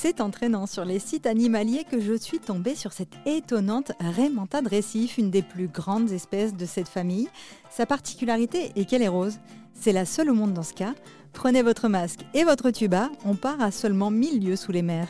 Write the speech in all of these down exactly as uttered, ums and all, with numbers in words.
C'est en traînant sur les sites animaliers que je suis tombée sur cette étonnante raie manta de récif, une des plus grandes espèces de cette famille. Sa particularité est qu'elle est rose. C'est la seule au monde dans ce cas. Prenez votre masque et votre tuba, on part à seulement mille lieues sous les mers.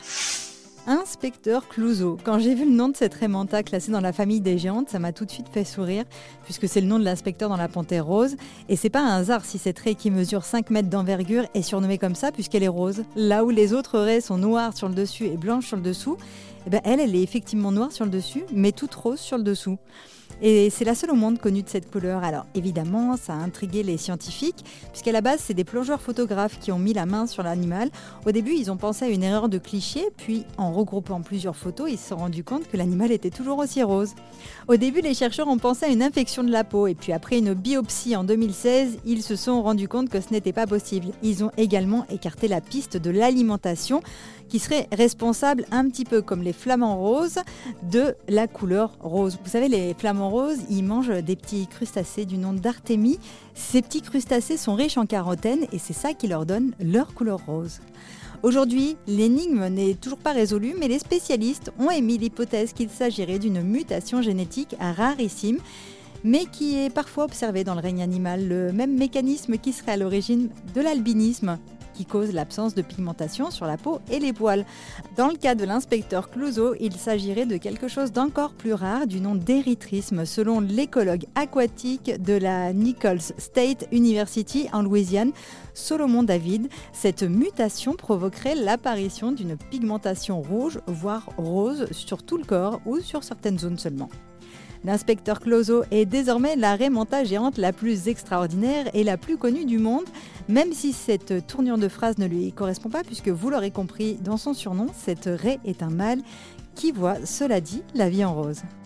Inspecteur Clouseau. Quand j'ai vu le nom de cette raie manta classée dans la famille des géantes, ça m'a tout de suite fait sourire, puisque c'est le nom de l'inspecteur dans la Panthère rose. Et c'est pas un hasard si cette raie qui mesure cinq mètres d'envergure est surnommée comme ça, puisqu'elle est rose. Là où les autres raies sont noires sur le dessus et blanches sur le dessous, eh ben elle, elle est effectivement noire sur le dessus, mais toute rose sur le dessous. Et c'est la seule au monde connue de cette couleur. Alors évidemment, ça a intrigué les scientifiques, puisqu'à la base, c'est des plongeurs photographes qui ont mis la main sur l'animal. Au début, ils ont pensé à une erreur de cliché, puis en regroupant plusieurs photos, ils se sont rendus compte que l'animal était toujours aussi rose. Au début, les chercheurs ont pensé à une infection de la peau, et puis après une biopsie en deux mille seize, ils se sont rendus compte que ce n'était pas possible. Ils ont également écarté la piste de l'alimentation, qui serait responsable, un petit peu comme les flamants roses, de la couleur rose. Vous savez, les flamants roses, ils mangent des petits crustacés du nom d'artémie. Ces petits crustacés sont riches en carotène et c'est ça qui leur donne leur couleur rose. Aujourd'hui, l'énigme n'est toujours pas résolue, mais les spécialistes ont émis l'hypothèse qu'il s'agirait d'une mutation génétique rarissime, mais qui est parfois observée dans le règne animal, le même mécanisme qui serait à l'origine de l'albinisme, qui cause l'absence de pigmentation sur la peau et les poils. Dans le cas de l'inspecteur Clouseau, il s'agirait de quelque chose d'encore plus rare, du nom d'érythrisme, selon l'écologue aquatique de la Nichols State University en Louisiane, Solomon David. Cette mutation provoquerait l'apparition d'une pigmentation rouge, voire rose, sur tout le corps ou sur certaines zones seulement. L'inspecteur Clouseau est désormais la raie manta géante la plus extraordinaire et la plus connue du monde, même si cette tournure de phrase ne lui correspond pas, puisque vous l'aurez compris dans son surnom, cette raie est un mâle qui voit, cela dit, la vie en rose.